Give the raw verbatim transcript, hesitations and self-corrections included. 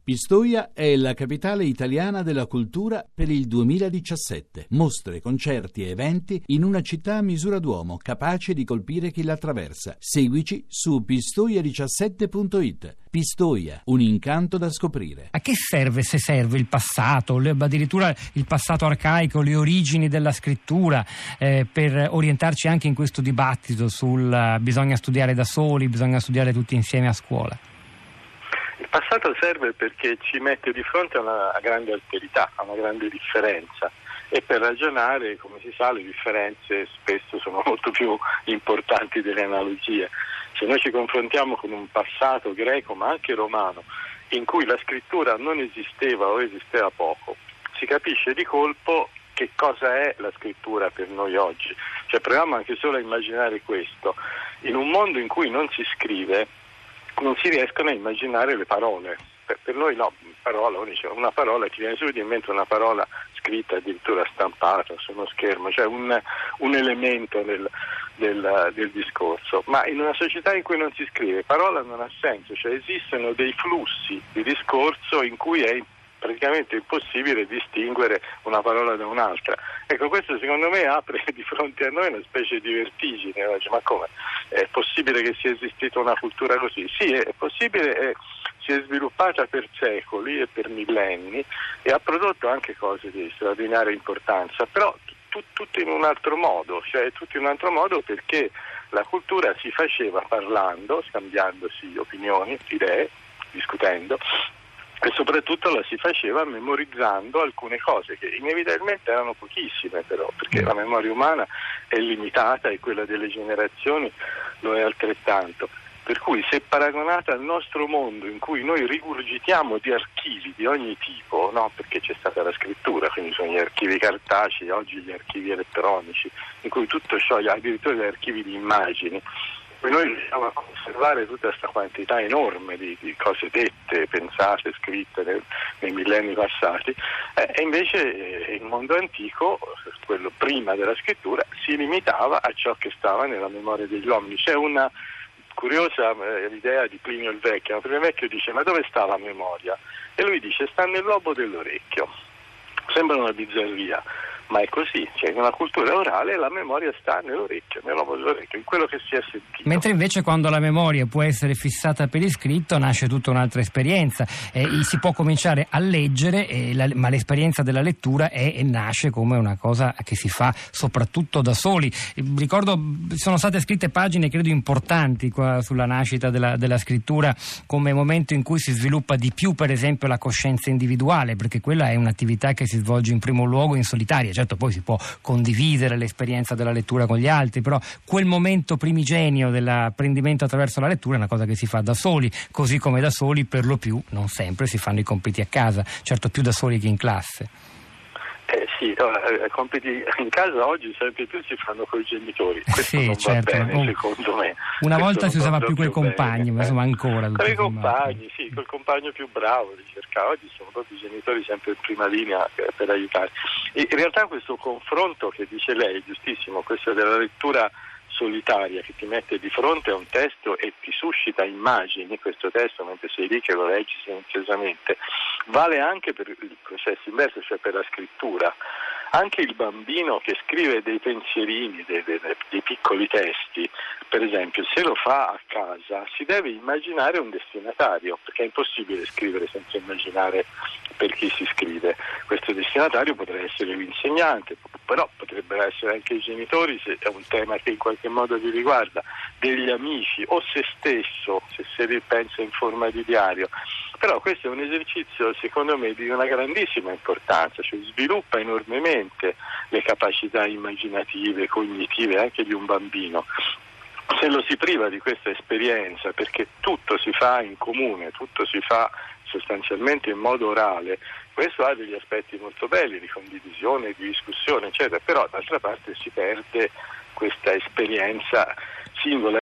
Pistoia è la capitale italiana della cultura per il duemiladiciassette. Mostre, concerti e eventi in una città a misura d'uomo, capace di colpire chi la attraversa. Seguici su pistoia diciassette punto it. Pistoia, un incanto da scoprire. A che serve, se serve, il passato, le, addirittura il passato arcaico, le origini della scrittura, eh, per orientarci anche in questo dibattito sul uh, bisogna studiare da soli, bisogna studiare tutti insieme a scuola? Il passato serve perché ci mette di fronte a una grande alterità, a una grande differenza, e per ragionare, come si sa, le differenze spesso sono molto più importanti delle analogie. Se noi ci confrontiamo con un passato greco, ma anche romano, in cui la scrittura non esisteva o esisteva poco, si capisce di colpo che cosa è la scrittura per noi oggi. Cioè, proviamo anche solo a immaginare questo. In un mondo in cui non si scrive, non si riescono a immaginare le parole. Per, per noi no, parola, una parola, ti viene subito in mente una parola scritta, addirittura stampata su uno schermo, cioè un, un elemento del, del, del discorso. Ma in una società in cui non si scrive, parola non ha senso, cioè esistono dei flussi di discorso in cui è praticamente impossibile distinguere una parola da un'altra. Ecco, questo secondo me apre di fronte a noi una specie di vertigine oggi. Ma come? È possibile che sia esistita una cultura così? Sì, è possibile, è, si è sviluppata per secoli e per millenni e ha prodotto anche cose di straordinaria importanza, però t- tutto in un altro modo, cioè tutto in un altro modo perché la cultura si faceva parlando, scambiandosi opinioni, idee, discutendo, e soprattutto la si faceva memorizzando alcune cose che inevitabilmente erano pochissime, però, perché la memoria umana è limitata e quella delle generazioni lo è altrettanto. Per cui, se paragonata al nostro mondo in cui noi rigurgitiamo di archivi di ogni tipo, no? Perché c'è stata la scrittura, quindi sono gli archivi cartacei, oggi gli archivi elettronici, in cui tutto ciò, addirittura gli archivi di immagini, noi riusciamo a conservare tutta questa quantità enorme di, di cose dette, pensate, scritte nel, nei millenni passati, eh, e invece eh, il mondo antico, quello prima della scrittura, si limitava a ciò che stava nella memoria degli uomini. C'è una curiosa eh, idea di Plinio il Vecchio. Plinio il Vecchio dice: ma dove sta la memoria? E lui dice: sta nel lobo dell'orecchio. Sembra una bizzarria, ma è così, cioè in una cultura orale la memoria sta nell'orecchio, nel lobo dell'orecchio, in quello che si è sentito. Mentre invece quando la memoria può essere fissata per iscritto nasce tutta un'altra esperienza, eh, si può cominciare a leggere, eh, la, ma l'esperienza della lettura è, e nasce come una cosa che si fa soprattutto da soli. Ricordo, sono state scritte pagine credo importanti qua sulla nascita della, della scrittura come momento in cui si sviluppa di più per esempio la coscienza individuale, perché quella è un'attività che si svolge in primo luogo in solitaria. Certo, poi si può condividere l'esperienza della lettura con gli altri, però quel momento primigenio dell'apprendimento attraverso la lettura è una cosa che si fa da soli, così come da soli per lo più, non sempre, si fanno i compiti a casa, certo più da soli che in classe. Eh sì, i compiti in casa oggi sempre più si fanno con i genitori, questo sì, non certo. va bene oh, secondo me. Una questo volta si usava più coi compagni, bene. ma insomma ancora. Con i compagni, sì, col compagno più bravo di cercare, oggi sono proprio i genitori sempre in prima linea per, per aiutare. E in realtà questo confronto che dice lei, giustissimo, questo della lettura solitaria che ti mette di fronte a un testo e ti suscita immagini, questo testo mentre sei lì che lo leggi silenziosamente, vale anche per il processo inverso, cioè per la scrittura. Anche il bambino che scrive dei pensierini, dei, dei, dei piccoli testi, per esempio, se lo fa a casa si deve immaginare un destinatario, perché è impossibile scrivere senza immaginare per chi si scrive. Questo destinatario potrebbe essere l'insegnante, però potrebbero essere anche i genitori, se è un tema che in qualche modo vi riguarda, degli amici o se stesso, se si pensa in forma di diario. Però questo è un esercizio secondo me di una grandissima importanza, cioè sviluppa enormemente le capacità immaginative, cognitive anche di un bambino. Se lo si priva di questa esperienza, perché tutto si fa in comune, tutto si fa sostanzialmente in modo orale, questo ha degli aspetti molto belli di condivisione, di discussione, eccetera, però d'altra parte si perde questa esperienza singola.